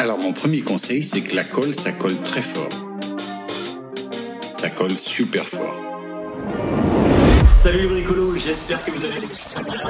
Alors mon premier conseil, c'est que la colle, ça colle très fort. Ça colle super fort. Salut les bricolos, j'espère que vous allez tous très bien.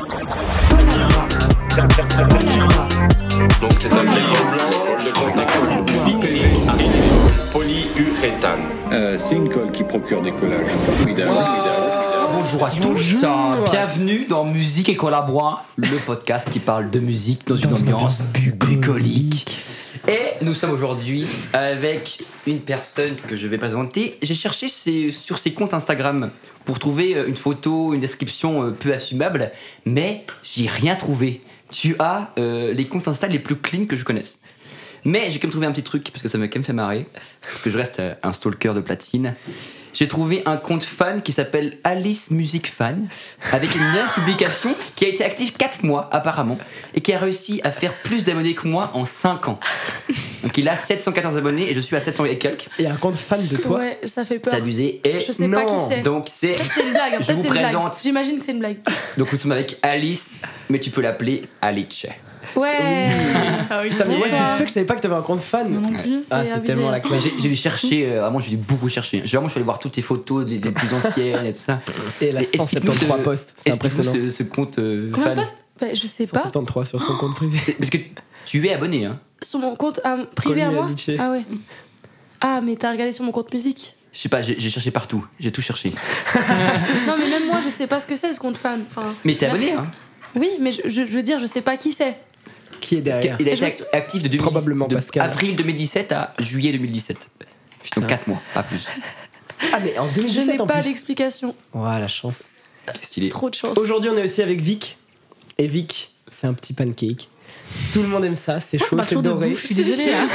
Donc c'est un décolle blanc de contact vinylique polyuréthane. C'est une colle qui procure des collages formidables. Bonjour à tous, bienvenue dans Musique et Collabois, le podcast qui parle de musique dans une ambiance bucolique. Et nous sommes aujourd'hui avec une personne que je vais présenter. J'ai cherché sur ses comptes Instagram pour trouver une photo, une description peu assumable, mais j'ai rien trouvé. Tu as les comptes Insta les plus clean que je connaisse. Mais j'ai quand même trouvé un petit truc, parce que ça m'a quand même fait marrer, parce que je reste un stalker de platine. J'ai trouvé un compte fan qui s'appelle Alice Music Fan, avec une dernière publication qui a été active 4 mois apparemment, et qui a réussi à faire plus d'abonnés que moi en 5 ans. Donc il a 714 abonnés et je suis à 700 et quelques. Et un compte fan de toi. Ouais, ça fait peur. C'est abusé. Et je sais pas qui c'est. donc c'est. Peut-être c'est une blague. Je vous présente. J'imagine que c'est une blague. Donc nous sommes avec Alice, mais tu peux l'appeler Alice. Ouais. Ah oui, putain, mais what the fuck, je savais pas que t'avais un compte fan. Non plus. Ah, c'est tellement la classe. J'ai dû chercher, vraiment j'ai dû beaucoup chercher. Vraiment je suis allé voir toutes tes photos, des plus anciennes et tout ça. Et elle a 173 posts, c'est impressionnant. Ce compte Combien fan. de posts ? Bah, je sais pas. 173 sur son compte privé. Parce que tu es abonné, hein. Sur mon compte privé à moi ? Ah ouais. Ah, mais t'as regardé sur mon compte musique ? Je sais pas, j'ai cherché partout, j'ai tout cherché. Non, mais même moi, je sais pas ce que c'est ce compte fan. Enfin, Mais t'es abonné, hein. oui, mais je veux dire, je sais pas qui c'est. Qui est derrière ? Il a été actif de Probablement Pascal. avril 2017 à juillet 2017. Donc 4 mois, pas plus. Ah, mais en Je 2017 n'ai en pas plus. d'explication. Ouah, la chance. Stylé. Trop de chance. Aujourd'hui, on est aussi avec Vic. Et Vic, c'est un petit pancake. Tout le monde aime ça, c'est chaud, c'est doré. Je suis désolée. Hein.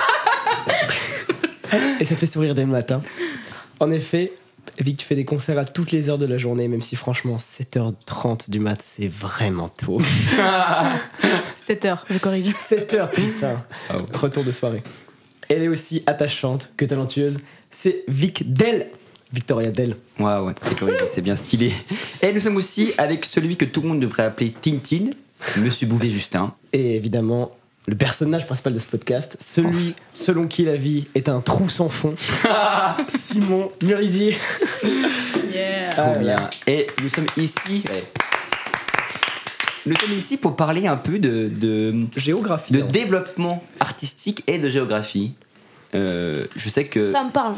Et ça te fait sourire dès le matin. En effet, Vic, tu fais des concerts à toutes les heures de la journée, même si franchement, 7h30 du mat, c'est vraiment tôt. 7h, je corrige. 7h, putain. Oh. Retour de soirée. Elle est aussi attachante que talentueuse. C'est Vic Del. Victoria Del. Ouais, c'est bien stylé. Et nous sommes aussi avec celui que tout le monde devrait appeler Tintin, Monsieur Bouvet-Justin. Et évidemment, le personnage principal de ce podcast, celui selon qui la vie est un trou sans fond, Simon Murisier. Yeah. Trop bien. Et nous sommes ici. Nous sommes ici pour parler un peu de géographie. De développement artistique et de géographie. Je sais que. Ça me parle.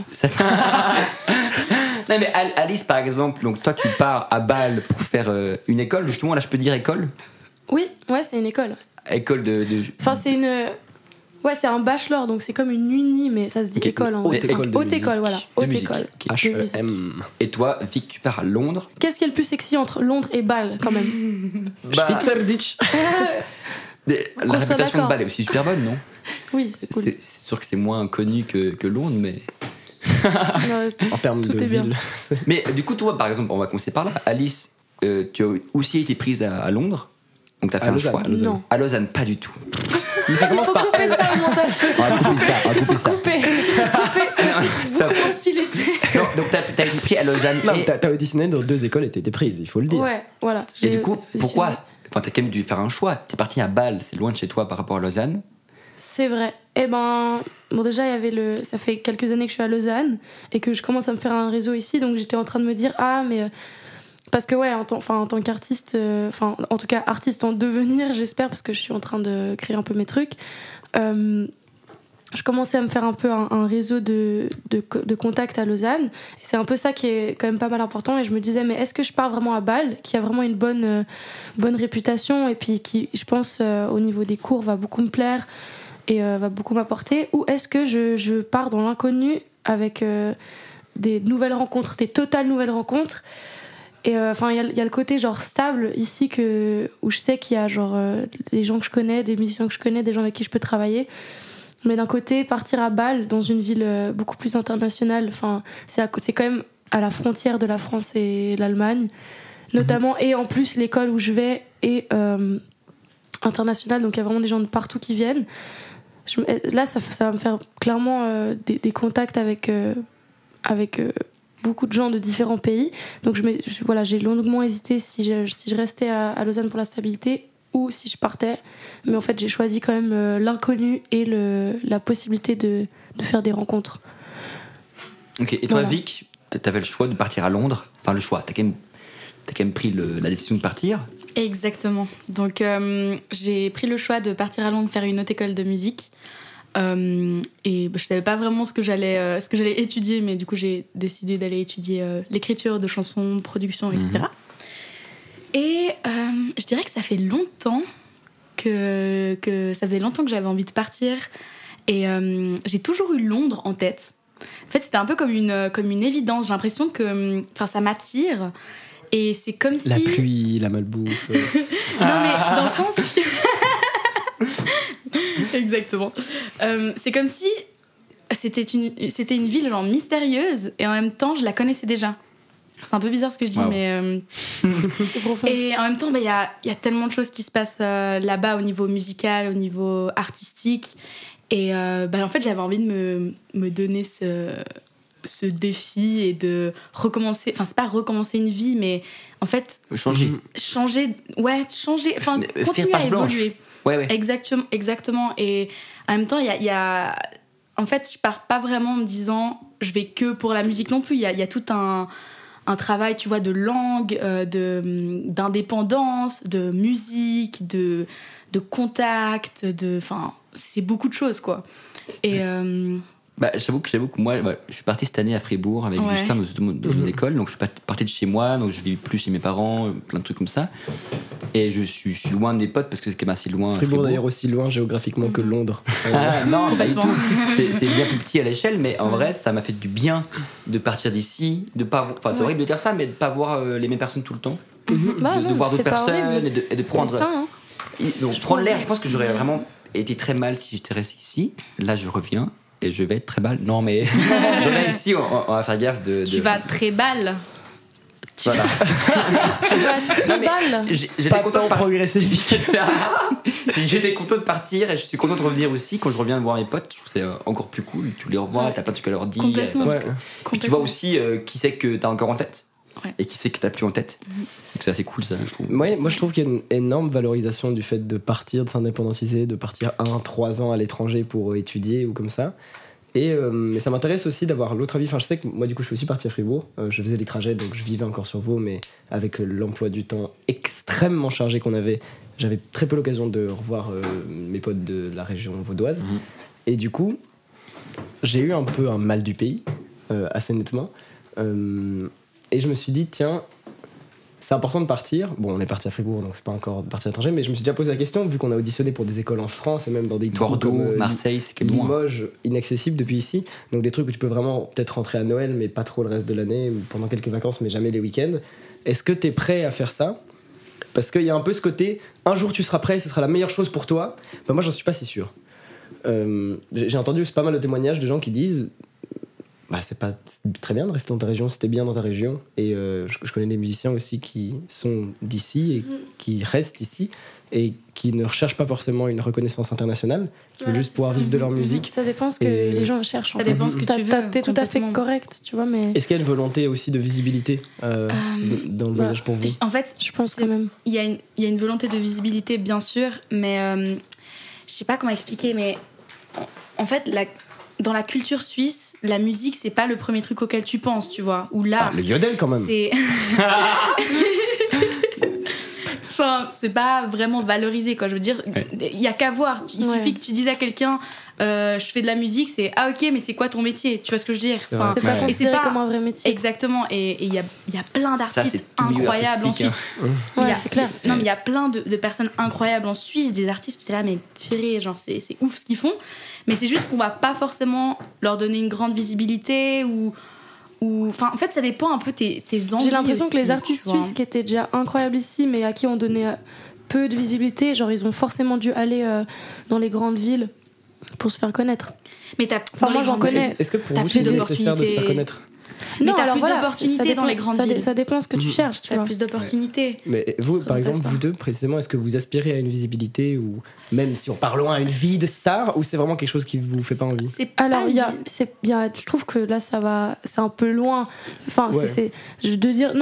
Non, mais Alice, par exemple, donc toi, tu pars à Bâle pour faire une école. Justement, là, je peux dire école ? Oui, ouais, c'est une école. École de... Enfin, c'est une. Ouais, c'est un bachelor, donc c'est comme une uni, mais ça se dit école en Haute école de Haute musique. école, voilà. Haute musique. école. Okay. De musique. HEM. Et toi, Vic, tu pars à Londres. Qu'est-ce qui est le plus sexy entre Londres et Bâle, quand même ? Schweizerdeutsch. La Qu'on soit réputation de d'accord. Bâle est aussi super bonne, non ? Oui, c'est cool. C'est sûr que c'est moins connu que Londres, mais... Non, En termes Tout de est bien. ville. Mais du coup, toi, par exemple, on va commencer par là. Alice, tu as aussi été prise à Londres. Donc t'as fait À un Lausanne, choix. à Lausanne. Non. À Lausanne, pas du tout. Mais ça Il commence faut par couper L. ça au montage. On va couper ça. Couper. Stop. Beaucoup stylé. Non, donc t'as été pris à Lausanne. Non, et t'as auditionné dans 2 écoles et t'étais prise, il faut le dire. Ouais, voilà. Et du coup, pourquoi Enfin, t'as quand même dû faire un choix. T'es parti à Bâle, c'est loin de chez toi par rapport à Lausanne. C'est vrai. Eh ben, bon, déjà, il y avait ça fait quelques années que je suis à Lausanne et que je commence à me faire un réseau ici, donc j'étais en train de me dire, ah, mais. Parce que, ouais, en tant qu'artiste, en tout cas, artiste en devenir, j'espère, parce que je suis en train de créer un peu mes trucs, je commençais à me faire un peu un réseau de contacts à Lausanne. Et c'est un peu ça qui est quand même pas mal important. Et je me disais, mais est-ce que je pars vraiment à Bâle, qui a vraiment une bonne réputation et puis qui, je pense, au niveau des cours, va beaucoup me plaire et va beaucoup m'apporter, ou est-ce que je pars dans l'inconnu avec des nouvelles rencontres, des totales nouvelles rencontres. Et enfin, il y a le côté genre stable ici où je sais qu'il y a genre des gens que je connais, des musiciens que je connais, des gens avec qui je peux travailler. Mais d'un côté, partir à Bâle, dans une ville beaucoup plus internationale, enfin, c'est quand même à la frontière de la France et l'Allemagne, notamment. Et en plus, l'école où je vais est internationale, donc il y a vraiment des gens de partout qui viennent. Là, ça va me faire clairement des contacts avec beaucoup de gens de différents pays. Donc voilà, j'ai longuement hésité si je restais à Lausanne pour la stabilité ou si je partais. Mais en fait, j'ai choisi quand même l'inconnu et la possibilité de faire des rencontres. Ok, et toi, Voilà. Vic, t'avais le choix de partir à Londres. Enfin, le choix, t'as quand même pris la décision de partir. Exactement. Donc, j'ai pris le choix de partir à Londres faire une autre école de musique. Et je savais pas vraiment ce que j'allais étudier, mais du coup, j'ai décidé d'aller étudier l'écriture de chansons, production, etc. Et je dirais que ça fait longtemps que ça faisait longtemps que j'avais envie de partir. Et j'ai toujours eu Londres en tête. En fait, c'était un peu comme une évidence. J'ai l'impression que ça m'attire. Et c'est comme si... La pluie, la malbouffe. Non, mais dans le sens... Exactement. C'est comme si c'était une ville genre mystérieuse et en même temps, je la connaissais déjà. C'est un peu bizarre ce que je dis, mais... C'est profond. Et en même temps, il y a tellement de choses qui se passent là-bas au niveau musical, au niveau artistique. Et en fait, j'avais envie de me donner ce défi et de recommencer. Enfin, c'est pas recommencer une vie, mais en fait. Changer. Changer. Enfin, Faire continuer à page blanche. évoluer. Ouais. Exactement. Et en même temps, il y a. En fait, je pars pas vraiment en me disant je vais que pour la musique non plus. Il y a tout un travail, tu vois, de langue, d'indépendance, de musique, de contact, enfin, c'est beaucoup de choses, quoi. Et J'avoue que moi, je suis parti cette année à Fribourg avec Justin dans une école, donc je suis parti de chez moi, donc je vis plus chez mes parents, plein de trucs comme ça. Et je suis loin de mes potes parce que c'est quand même assez loin. Fribourg d'ailleurs aussi loin géographiquement que Londres. Non, pas du Complètement. tout. C'est bien plus petit à l'échelle, mais en vrai, ça m'a fait du bien de partir d'ici, de pas. Enfin, c'est horrible de dire ça, mais de pas voir les mêmes personnes tout le temps, de voir d'autres personnes et de prendre. C'est ça, hein. Donc prendre l'air. Je pense que j'aurais vraiment été très mal si j'étais resté ici. Là, je reviens. Et je vais être très mal. Non, mais je reviens ici, on va faire gaffe de. tu vas très balle. Voilà. Tu vas très balle. J'étais Pas content tant de progresser vite. J'étais content de partir et je suis content de revenir aussi. Quand je reviens voir mes potes, je trouve que c'est encore plus cool. Tu les revois, t'as plein de trucs à leur dire. Complètement. Ouais. Puis tu vois aussi qui c'est que t'as encore en tête. Ouais. Et qui c'est que t'as plus en tête. Donc c'est assez cool ça, je trouve. Ouais, moi je trouve qu'il y a une énorme valorisation du fait de partir, de s'indépendantiser, de partir 1-3 ans à l'étranger pour étudier ou comme ça. Et mais ça m'intéresse aussi d'avoir l'autre avis. Enfin, je sais que moi du coup je suis aussi parti à Fribourg. Je faisais les trajets, donc je vivais encore sur Vaud, mais avec l'emploi du temps extrêmement chargé qu'on avait, j'avais très peu l'occasion de revoir mes potes de la région vaudoise. Et du coup, j'ai eu un peu un mal du pays, assez nettement. Et je me suis dit, tiens, c'est important de partir. Bon, on est parti à Fribourg, donc c'est pas encore de partir à l'étranger, mais je me suis déjà posé la question, vu qu'on a auditionné pour des écoles en France et même dans des trucs Bordeaux, comme Marseille, c'est quel loin. Limoges, inaccessible depuis ici. Donc des trucs où tu peux vraiment peut-être rentrer à Noël, mais pas trop le reste de l'année, ou pendant quelques vacances, mais jamais les week-ends. Est-ce que t'es prêt à faire ça ? Parce qu'il y a un peu ce côté, un jour tu seras prêt, ce sera la meilleure chose pour toi. Ben, moi, j'en suis pas si sûr. J'ai entendu pas mal de témoignages de gens qui disent c'est pas très bien de rester dans ta région, c'était bien dans ta région. Et je connais des musiciens aussi qui sont d'ici et qui restent ici et qui ne recherchent pas forcément une reconnaissance internationale, qui veulent juste pouvoir vivre de leur musique. Ça dépend ce que Et les gens cherchent. ça dépend ce que tu veux, T'es tout à fait complètement. correct, tu vois, mais Est-ce qu'il y a une volonté aussi de visibilité dans le voyage pour vous ? En fait, je pense quand même. il y a une volonté de visibilité, bien sûr, mais je sais pas comment expliquer, mais en fait, dans la culture suisse, la musique, c'est pas le premier truc auquel tu penses, tu vois, ou l'art. Le yodel quand même. C'est... Enfin, c'est pas vraiment valorisé, quoi. Je veux dire, il y a qu'à voir. Il suffit que tu dises à quelqu'un je fais de la musique, c'est ah ok, mais c'est quoi ton métier ? Tu vois ce que je veux dire ? C'est vrai. C'est pas Ouais. considéré Et c'est pas- comme un vrai métier. Exactement. Et il y a plein Ça, d'artistes c'est tout milieu incroyables en artistique, Suisse. Il y Ouais, a- c'est clair. Non, mais il y a plein de personnes incroyables en Suisse, des artistes où t'es là, mais purée, genre c'est ouf ce qu'ils font. Mais c'est juste qu'on va pas forcément leur donner une grande visibilité ou enfin, en fait, ça dépend un peu tes envies. J'ai l'impression aussi, que les artistes tu vois. suisses qui étaient déjà incroyables ici, mais à qui on donnait peu de visibilité, genre ils ont forcément dû aller dans les grandes villes pour se faire connaître. Mais t'as Enfin, dans moi, les j'en grandes connais. villes, Est-ce que pour T'as vous plus c'est nécessaire de se faire d'opportunités. connaître ? Mais t'as alors plus d'opportunités dans les grandes villes. Ça dépend ce que tu cherches, tu T'as vois. plus d'opportunités. Mais vous, par exemple, vous deux, précisément, est-ce que vous aspirez à une visibilité ou même si on part loin à une vie de star ou c'est vraiment quelque chose qui vous fait pas envie ? C'est Alors, pas je trouve que là, ça va, c'est un peu loin. Enfin, Ouais. de dire, non, mais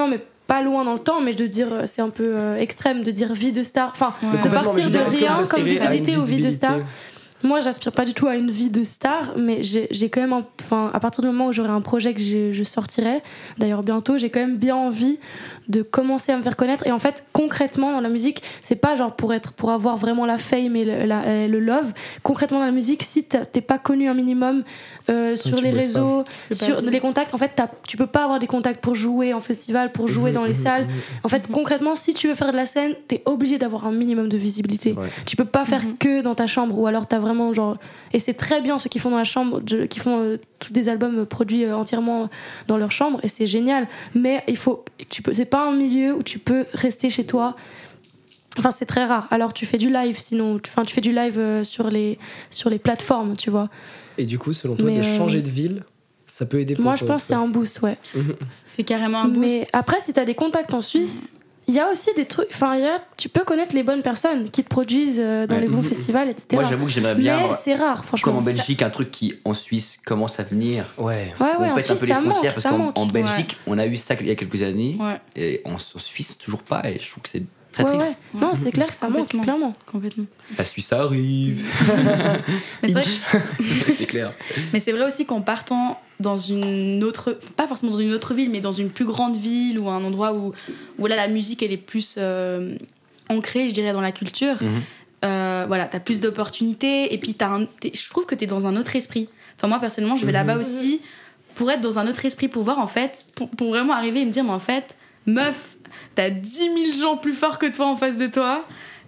pas loin dans le temps, mais de dire, c'est un peu extrême de dire vie de star, enfin Ouais. de partir de Est-ce que rien vous comme aspirez à une visibilité ou vie de star. visibilité? Moi, j'aspire pas du tout à une vie de star, mais j'ai quand même, enfin, à partir du moment où j'aurai un projet que je sortirai, d'ailleurs bientôt, j'ai quand même bien envie de commencer à me faire connaître. Et en fait, concrètement, dans la musique, c'est pas genre pour avoir vraiment la fame et le love. Concrètement, dans la musique, si t'es pas connu un minimum sur les réseaux, sur les contacts, en fait, tu peux pas avoir des contacts pour jouer en festival, pour jouer dans les salles. En fait, concrètement, si tu veux faire de la scène, t'es obligé d'avoir un minimum de visibilité. Ouais. Tu peux pas faire que dans ta chambre, ou alors t'as vraiment genre. Et c'est très bien ceux qui font dans la chambre, qui font tous des albums produits entièrement dans leur chambre, et c'est génial. Mais c'est pas un milieu où tu peux rester chez toi. Enfin, c'est très rare. Alors tu fais du live, sinon, tu fais du live sur les plateformes, tu vois. Et du coup, selon toi, de changer de ville, ça peut aider pour moi, toi, je pense que c'est un boost, ouais. C'est carrément un boost. Mais après, si t'as des contacts en Suisse, il y a aussi des trucs. Enfin, tu peux connaître les bonnes personnes qui te produisent dans les bons festivals, etc. Moi, j'avoue que j'aimerais bien. Mais c'est rare, franchement. Comme en Belgique, un truc qui en Suisse commence à venir. Ouais. Ouais, On en pète un Suisse, peu les ça frontières manque, parce qu'en manque. en Belgique, on a eu ça il y a quelques années. Ouais. Et en Suisse, toujours pas. Et je trouve que c'est très Ouais, triste. ouais. Non, c'est clair que ça manque, Complètement. clairement. Complètement. La Suisse arrive. Mais c'est vrai que C'est clair. Mais c'est vrai aussi qu'en partant dans une autre, pas forcément dans une autre ville, mais dans une plus grande ville ou un endroit où là la musique elle est plus ancrée, je dirais, dans la culture, voilà, t'as plus d'opportunités et puis je trouve que t'es dans un autre esprit. Enfin, moi personnellement, je vais là-bas aussi pour être dans un autre esprit, pour voir en fait, pour vraiment arriver et me dire, mais en fait, meuf, t'as 10 000 gens plus forts que toi en face de toi.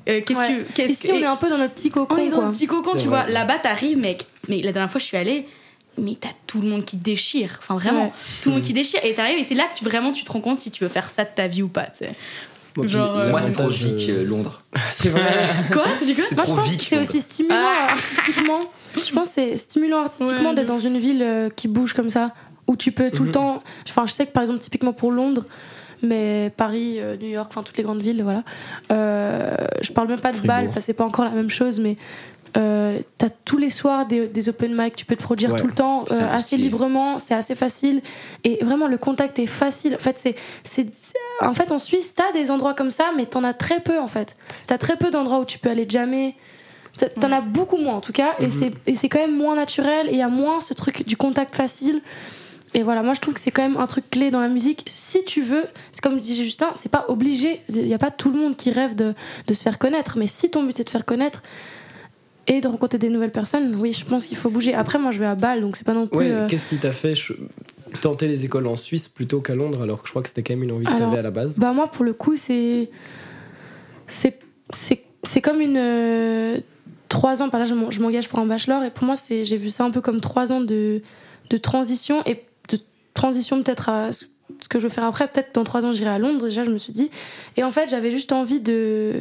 Ici, on est un peu dans notre petit cocon. On est dans quoi. le petit cocon, C'est tu vrai. vois. Là-bas, t'arrives, mais la dernière fois, je suis allée, mais t'as tout le monde qui déchire. Enfin, vraiment, Ouais. tout le monde qui déchire. Et t'arrives, et c'est là que vraiment tu te rends compte si tu veux faire ça de ta vie ou pas, tu sais. Bon, puis, Genre, Pour moi, c'est trop l'avantage, Vic, Londres. C'est vrai. Quoi? Du coup Moi, je trop pense Vic, que c'est Londres. aussi stimulant artistiquement. Je pense que c'est stimulant artistiquement Ouais, d'être dans une ville qui bouge comme ça, où tu peux tout le temps. Enfin, je sais que par exemple, typiquement pour Londres, mais Paris, New York, enfin toutes les grandes villes, voilà. Je parle même pas de Fribourg. bal, parce que c'est pas encore la même chose, mais t'as tous les soirs des open mic, tu peux te produire Ouais. tout le temps C'est assez stylé. librement, c'est assez facile, et vraiment le contact est facile. En fait, en fait, en Suisse, t'as des endroits comme ça, mais t'en as très peu en fait. T'as très peu d'endroits où tu peux aller jammer. T'en as beaucoup moins en tout cas, et c'est quand même moins naturel, et il y a moins ce truc du contact facile. Et voilà, moi je trouve que c'est quand même un truc clé dans la musique. Si tu veux, c'est comme disait Justin, c'est pas obligé, il n'y a pas tout le monde qui rêve de se faire connaître, mais si ton but est de faire connaître et de rencontrer des nouvelles personnes, oui, je pense qu'il faut bouger. Après, moi je vais à Bâle, donc c'est pas non plus. Ouais, qu'est-ce qui t'a fait tenter les écoles en Suisse plutôt qu'à Londres, alors que je crois que c'était quand même une envie que Alors, t'avais à la base? Bah, moi pour le coup, c'est comme une. 3 ans, par là je m'engage pour un bachelor, et pour moi j'ai vu ça un peu comme 3 ans de transition, et de transition peut-être à ce que je veux faire après. Peut-être dans 3 ans j'irai à Londres, déjà je me suis dit, et en fait j'avais juste envie de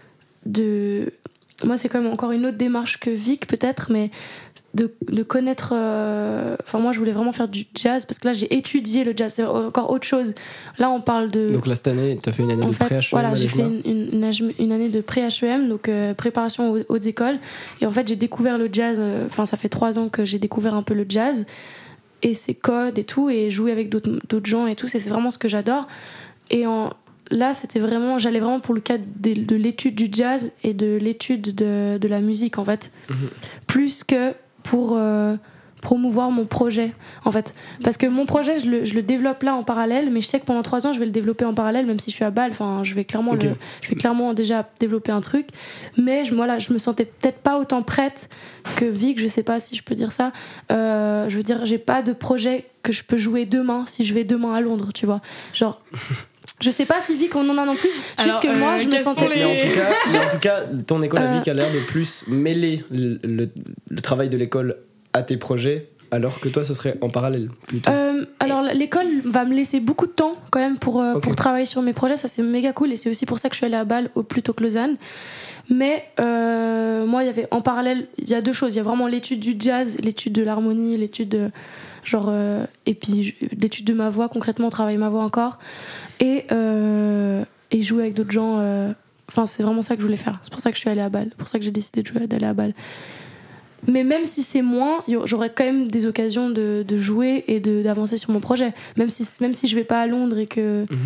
moi c'est quand même encore une autre démarche que Vic peut-être, mais de connaître enfin moi je voulais vraiment faire du jazz, parce que là j'ai étudié le jazz, c'est encore autre chose. Là on parle de Donc là cette année t'as fait une année en de fait, pré-HEM voilà, à j'ai fait l'EJMA. une année de pré-HEM, donc préparation aux hautes écoles. Et en fait, j'ai découvert le jazz. Enfin, ça fait 3 ans que j'ai découvert un peu le jazz et ses codes et tout, et jouer avec d'autres gens et tout. C'est vraiment ce que j'adore. Et là, j'allais vraiment pour le cadre de l'étude du jazz et de l'étude de la musique, en fait, plus que pour promouvoir mon projet, en fait, parce que mon projet je le développe là en parallèle, mais je sais que pendant 3 ans je vais le développer en parallèle, même si je suis à Bâle. Enfin, je vais clairement déjà développer un truc, mais je me sentais peut-être pas autant prête que Vic, je sais pas si je peux dire ça. Je veux dire, j'ai pas de projet que je peux jouer demain si je vais demain à Londres, tu vois, genre. Je sais pas si Vic on en a non plus. Juste que moi je me sentais. Mais en tout cas, ton école à Vic a l'air de plus mêler le travail de l'école à tes projets, alors que toi ce serait en parallèle plutôt. Alors l'école va me laisser beaucoup de temps quand même pour travailler sur mes projets, ça c'est méga cool, et c'est aussi pour ça que je suis allée à Bâle plutôt que Lausanne. Mais moi il y avait en parallèle, il y a 2 choses, il y a vraiment l'étude du jazz, l'étude de l'harmonie, l'étude de et puis l'étude de ma voix, concrètement travailler ma voix encore, et jouer avec d'autres gens. Enfin c'est vraiment ça que je voulais faire, c'est pour ça que je suis allée à Bâle, c'est pour ça que j'ai décidé d'aller à Bâle. Mais même si c'est moins, j'aurais quand même des occasions de jouer et d'avancer sur mon projet. Même si je vais pas à Londres et que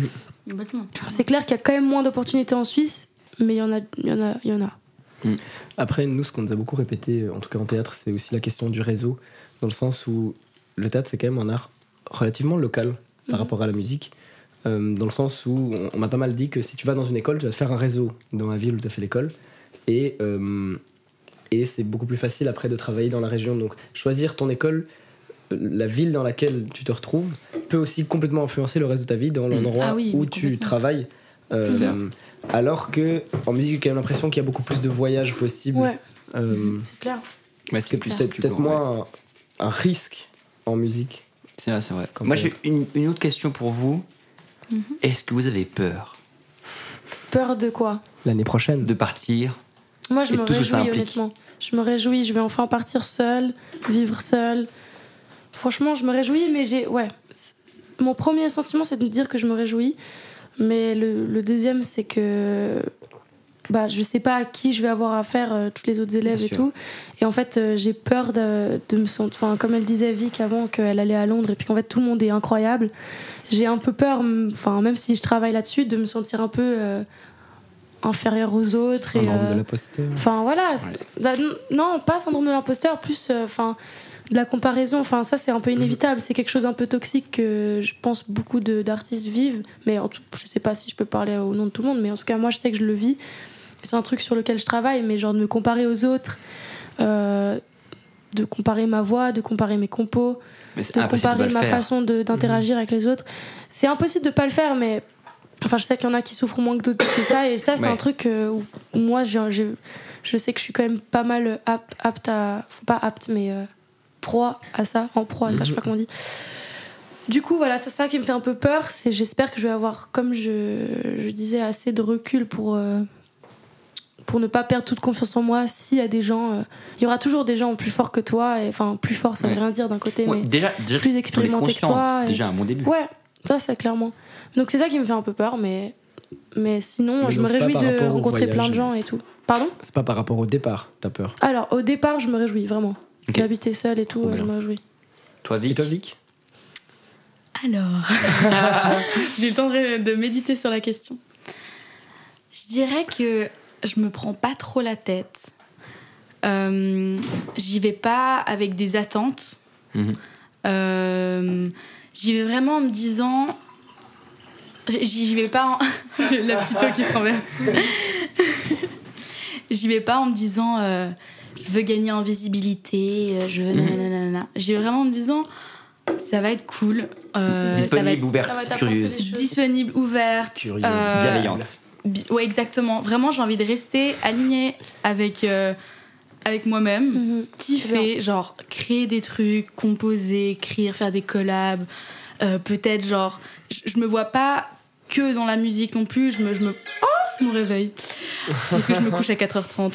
Complètement. C'est clair qu'il y a quand même moins d'opportunités en Suisse, mais il y en a. Après, nous, ce qu'on nous a beaucoup répété, en tout cas en théâtre, c'est aussi la question du réseau, dans le sens où le théâtre, c'est quand même un art relativement local par rapport à la musique, dans le sens où on m'a pas mal dit que si tu vas dans une école, tu vas te faire un réseau dans la ville où tu as fait l'école, et c'est beaucoup plus facile après de travailler dans la région. Donc, choisir ton école, la ville dans laquelle tu te retrouves, peut aussi complètement influencer le reste de ta vie dans l'endroit où tu travailles. Alors que en musique, j'ai quand même l'impression qu'il y a beaucoup plus de voyages possibles. Ouais, c'est clair. Ouais, c'est peut-être moins un risque en musique. C'est vrai. Moi, j'ai une autre question pour vous. Est-ce que vous avez peur? Peur de quoi? L'année prochaine. De partir? Moi, je et me tout ce que ça réjouis, implique. honnêtement. Je me réjouis, je vais enfin partir seule, vivre seule. Franchement, je me réjouis, mais mon premier sentiment, c'est de me dire que je me réjouis. Mais le deuxième, c'est que je sais pas à qui je vais avoir affaire, tous les autres élèves Bien et sûr. tout. Et en fait, j'ai peur de me sentir... Enfin, comme elle disait Vic avant, qu'elle allait à Londres et puis qu'en fait, tout le monde est incroyable. J'ai un peu peur, même si je travaille là-dessus, de me sentir un peu inférieure aux autres. Syndrome de l'imposteur. Enfin, voilà. Non, pas syndrome de l'imposteur, plus... de la comparaison, ça c'est un peu inévitable, c'est quelque chose un peu toxique que je pense beaucoup d'artistes vivent, mais je sais pas si je peux parler au nom de tout le monde, mais en tout cas moi je sais que je le vis, c'est un truc sur lequel je travaille, mais genre de me comparer aux autres, de comparer ma voix, de comparer mes compos, de comparer ma façon d'interagir avec les autres, c'est impossible de pas le faire, mais je sais qu'il y en a qui souffrent moins que d'autres que ça, et ça c'est un truc où moi je sais que je suis quand même pas mal apte à, pas apte mais proie à ça, je sais pas comment on dit. Du coup, voilà, c'est ça qui me fait un peu peur. J'espère que je vais avoir, comme je disais, assez de recul pour ne pas perdre toute confiance en moi. S'il y a des gens, il y aura toujours des gens plus forts que toi. Plus forts, ça veut rien dire d'un côté, mais déjà, plus expérimentés que toi. C'est déjà un bon début. Ouais, ça c'est clairement. Donc c'est ça qui me fait un peu peur, mais sinon, je me réjouis de rencontrer plein de gens et tout. Pardon ? C'est pas par rapport au départ, t'as peur? Alors, au départ, je me réjouis, vraiment. Okay. D'habiter seule et tout, je me réjouis. Toi, Vic? Alors, j'ai eu le temps de méditer sur la question. Je dirais que je me prends pas trop la tête. J'y vais pas avec des attentes. J'y vais vraiment en me disant... J'y vais pas en... La petite eau qui se renverse. J'y vais pas en me disant... je veux gagner en visibilité, je veux nanana. J'y vais vraiment en me disant ça va être cool. Disponible, ouverte, curieuse. Disponible, ouverte, curieuse, bienveillante. Ouais, exactement. Vraiment, j'ai envie de rester alignée avec moi-même, kiffer, genre créer des trucs, composer, écrire, faire des collabs. Peut-être genre, je me vois pas que dans la musique non plus. Oh, c'est mon réveil. Parce que je me couche à 4h30.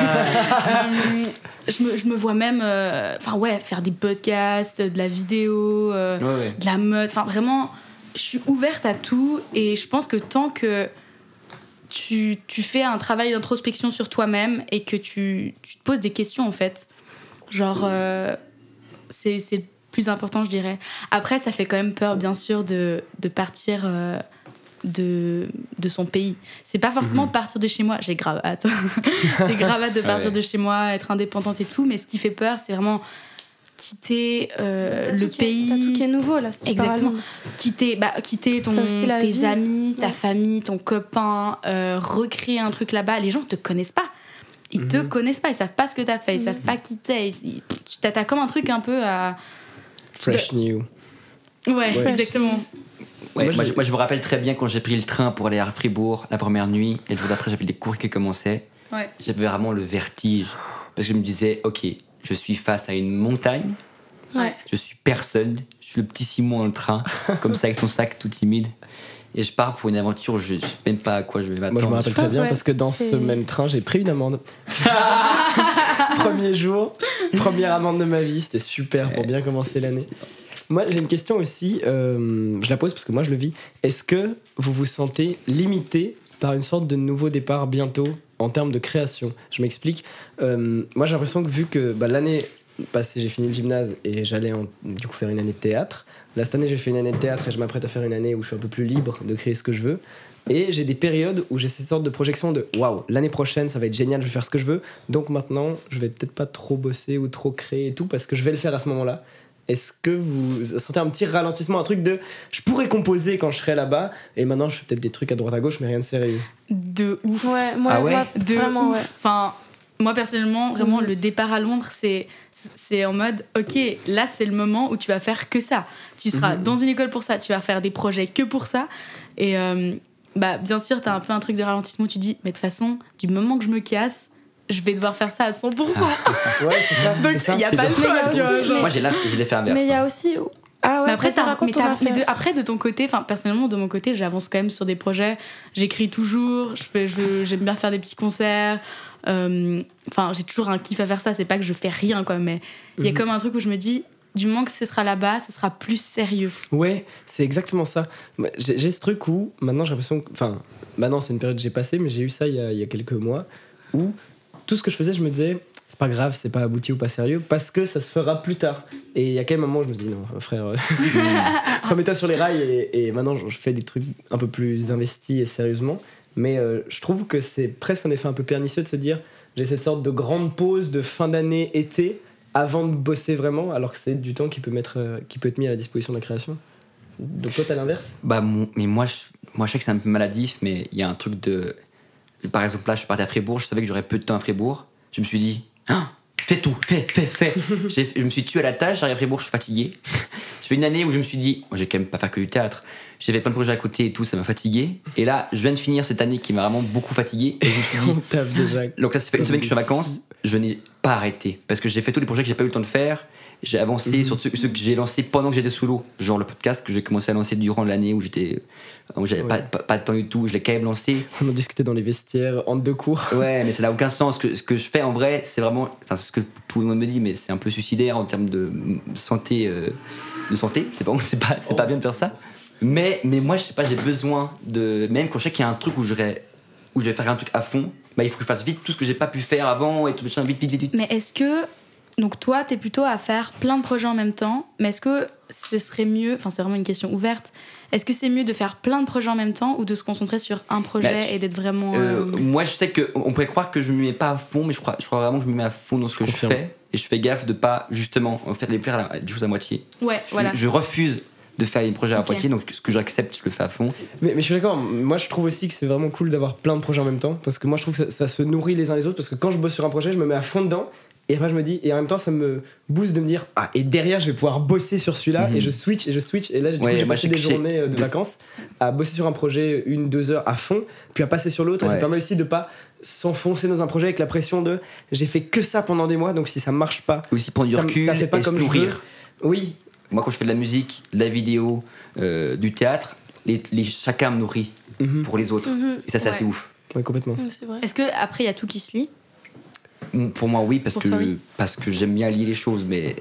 Je me vois même faire des podcasts, de la vidéo, de la mode. Enfin, vraiment, je suis ouverte à tout. Et je pense que tant que tu fais un travail d'introspection sur toi-même et que tu te poses des questions, en fait, genre, c'est le plus important, je dirais. Après, ça fait quand même peur, bien sûr, de partir... de son pays. C'est pas forcément partir de chez moi. J'ai grave hâte. J'ai grave hâte de partir de chez moi, être indépendante et tout. Mais ce qui fait peur, c'est vraiment quitter le pays. T'as tout qui est nouveau là. Exactement. Quitter tes amis, ta famille, ton copain, recréer un truc là-bas. Les gens te connaissent pas. Ils te connaissent pas. Ils savent pas ce que t'as fait. Ils savent pas qui t'es. T'as comme un truc un peu à... Fresh new. Ouais, exactement. Ouais, moi, je me rappelle très bien quand j'ai pris le train pour aller à Fribourg la première nuit et le jour d'après j'avais des cours qui commençaient. Ouais. J'avais vraiment le vertige parce que je me disais ok, je suis face à une montagne, je suis personne, je suis le petit Simon dans le train comme ça avec son sac tout timide et je pars pour une aventure, je sais même pas à quoi je vais m'attendre. Moi je me rappelle très bien parce que dans ce même train j'ai pris une amende. Premier jour, première amende de ma vie, c'était super pour bien commencer l'année. Moi, j'ai une question aussi, je la pose parce que moi je le vis. Est-ce que vous vous sentez limité par une sorte de nouveau départ bientôt en termes de création? Je m'explique. Moi j'ai l'impression que vu que l'année j'ai fini le gymnase et j'allais du coup faire une année de théâtre. Là, cette année, j'ai fait une année de théâtre et je m'apprête à faire une année où je suis un peu plus libre de créer ce que je veux. Et j'ai des périodes où j'ai cette sorte de projection de waouh, l'année prochaine, ça va être génial, je vais faire ce que je veux. Donc maintenant, je vais peut-être pas trop bosser ou trop créer et tout parce que je vais le faire à ce moment-là. Est-ce que vous sentez un petit ralentissement, un truc de je pourrais composer quand je serai là-bas et maintenant je fais peut-être des trucs à droite à gauche mais rien de sérieux? De ouf. Ouais, moi, De vraiment, ouf. ouais. Enfin, moi personnellement, vraiment, le départ à Londres, c'est en mode, ok, là c'est le moment où tu vas faire que ça. Tu seras dans une école pour ça, tu vas faire des projets que pour ça. Et bien sûr, t'as un peu un truc de ralentissement où tu dis, mais de toute façon, du moment que je me casse, je vais devoir faire ça à 100%. Ouais, c'est ça. Donc il n'y a pas le choix, tu vois. Genre. Moi, j'ai l'effet inverse. Mais il y a aussi. Ah ouais, Mais après, après, de ton côté, enfin personnellement de mon côté, j'avance quand même sur des projets. J'écris toujours, j'aime bien faire des petits concerts. Enfin, j'ai toujours un kiff à faire ça. C'est pas que je fais rien, quoi, mais il y a comme un truc où je me dis, du moment que ce sera là-bas, ce sera plus sérieux. Ouais, c'est exactement ça. J'ai ce truc où maintenant j'ai l'impression que, enfin, maintenant c'est une période que j'ai passée, mais j'ai eu ça il y a quelques mois où tout ce que je faisais, je me disais, c'est pas grave, c'est pas abouti ou pas sérieux, parce que ça se fera plus tard. Et il y a quel moment où je me dis, non, frère, remets-toi sur les rails, et maintenant je fais des trucs un peu plus investis et sérieusement. Mais je trouve que c'est presque un effet un peu pernicieux de se dire, j'ai cette sorte de grande pause de fin d'année, été, avant de bosser vraiment, alors que c'est du temps qui peut être mis à la disposition de la création. Donc toi, t'as l'inverse? Mais moi, je sais que c'est un peu maladif, mais il y a un truc de... Par exemple, là, je suis parti à Fribourg, je savais que j'aurais peu de temps à Fribourg. Je me suis dit, fais tout, fais. Je me suis tué à la tâche, j'arrive à Fribourg, je suis fatigué. J'ai fait une année où je me suis dit, j'ai quand même pas fait que du théâtre. J'ai fait plein de projets à côté et tout, ça m'a fatigué. Et là, je viens de finir cette année qui m'a vraiment beaucoup fatigué. Et je me suis dit, on taffe déjà. Donc là, ça fait une semaine que je suis en vacances, je n'ai pas arrêté. Parce que j'ai fait tous les projets que j'ai pas eu le temps de faire. J'ai avancé sur ceux que j'ai lancés pendant que j'étais sous l'eau. Genre le podcast que j'ai commencé à lancer durant l'année où j'avais pas de temps du tout. Je l'ai quand même lancé. On en discutait dans les vestiaires, entre deux cours. Ouais, mais ça n'a aucun sens. Ce que je fais en vrai, c'est vraiment. Enfin, c'est ce que tout le monde me dit, mais c'est un peu suicidaire en termes de santé. C'est pas bien de faire ça. Mais moi, je sais pas, j'ai besoin de. Même quand je sais qu'il y a un truc où je vais faire un truc à fond, il faut que je fasse vite tout ce que j'ai pas pu faire avant et tout machin, vite. Mais est-ce que. Donc toi, t'es plutôt à faire plein de projets en même temps, mais est-ce que ce serait mieux, enfin c'est vraiment une question ouverte, est-ce que c'est mieux de faire plein de projets en même temps ou de se concentrer sur un projet et d'être vraiment... Moi je sais qu'on pourrait croire que je me mets pas à fond, mais je crois vraiment que je me mets à fond dans ce que je fais, et je fais gaffe de pas justement faire des choses à moitié. Ouais, voilà. Je refuse de faire les projets à moitié, donc ce que j'accepte, je le fais à fond. Mais je suis d'accord, moi je trouve aussi que c'est vraiment cool d'avoir plein de projets en même temps, parce que moi je trouve que ça se nourrit les uns les autres, parce que quand je bosse sur un projet, je me mets à fond dedans. Et après, je me dis, et en même temps, ça me booste de me dire, et derrière, je vais pouvoir bosser sur celui-là, et je switch. Et là, j'ai passé des journées de vacances à bosser sur un projet 1-2 heures à fond, puis à passer sur l'autre. Et ça permet aussi de pas s'enfoncer dans un projet avec la pression de j'ai fait que ça pendant des mois, donc si ça marche pas, aussi prendre du recul, ça fait pas et comme se nourrir. je veux. Oui. Moi, quand je fais de la musique, de la vidéo, du théâtre, chacun me nourrit pour les autres. Et ça, c'est assez ouf. Oui, complètement. C'est vrai. Est-ce qu'après, il y a tout qui se lie? Pour moi, oui, parce que j'aime bien lier les choses, mais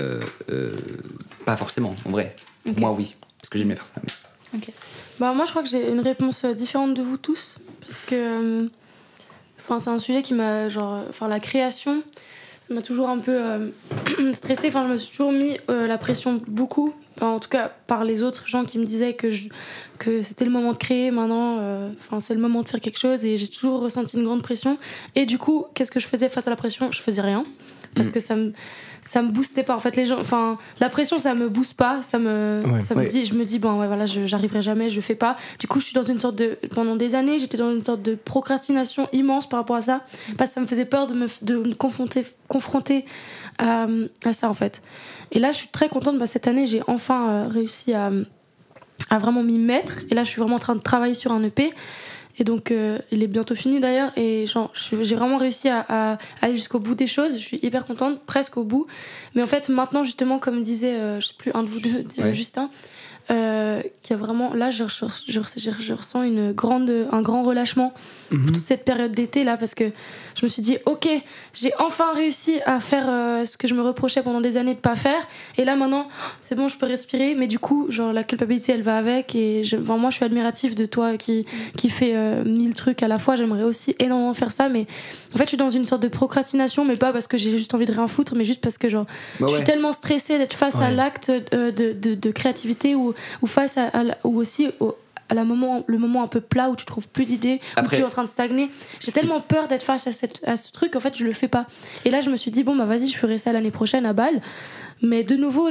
pas forcément, en vrai. Pour moi, oui, parce que j'aime bien faire ça. Mais... Okay. Moi, je crois que j'ai une réponse différente de vous tous, parce que c'est un sujet qui m'a... la création, ça m'a toujours un peu stressée. Je me suis toujours mis la pression beaucoup, en tout cas par les autres gens qui me disaient que c'était le moment de créer maintenant, c'est le moment de faire quelque chose, et j'ai toujours ressenti une grande pression. Et du coup, qu'est-ce que je faisais face à la pression? Je faisais rien, parce que ça me boostait pas. En fait, la pression, ça me booste pas, je me dis j'arriverai jamais, je fais pas. Du coup, je suis dans une sorte de... Pendant des années, j'étais dans une sorte de procrastination immense par rapport à ça, parce que ça me faisait peur de me confronter à ça, en fait. Et là, je suis très contente, cette année, j'ai enfin réussi à vraiment m'y mettre. Et là, je suis vraiment en train de travailler sur un EP. Et donc, il est bientôt fini d'ailleurs. Et j'ai vraiment réussi à aller jusqu'au bout des choses. Je suis hyper contente, presque au bout. Mais en fait, maintenant, justement, comme disait, je sais plus, un de vous deux, Justin, qui a vraiment là je ressens un grand relâchement pour toute cette période d'été là, parce que je me suis dit ok, j'ai enfin réussi à faire ce que je me reprochais pendant des années de pas faire, et là maintenant c'est bon, je peux respirer, mais du coup genre la culpabilité elle va avec, et moi je suis admirative de toi qui fait 1000 trucs à la fois. J'aimerais aussi énormément faire ça, mais en fait je suis dans une sorte de procrastination, mais pas parce que j'ai juste envie de rien foutre, mais juste parce que genre je suis tellement stressée d'être face à l'acte de créativité, ou face ou aussi à le moment un peu plat où tu trouves plus d'idées, où tu es en train de stagner. J'ai tellement peur d'être face à ce truc, en fait je le fais pas. Et là je me suis dit bon bah vas-y, je ferai ça l'année prochaine à Bâle, mais de nouveau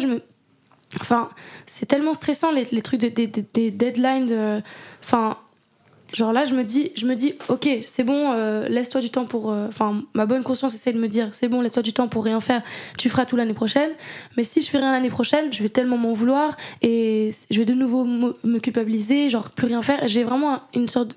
c'est tellement stressant les trucs des deadlines, genre là je me dis ok c'est bon, laisse-toi du temps pour ma bonne conscience essaie de me dire c'est bon, laisse-toi du temps pour rien faire, tu feras tout l'année prochaine. Mais si je fais rien l'année prochaine, je vais tellement m'en vouloir et je vais de nouveau me culpabiliser, genre plus rien faire. J'ai vraiment une sorte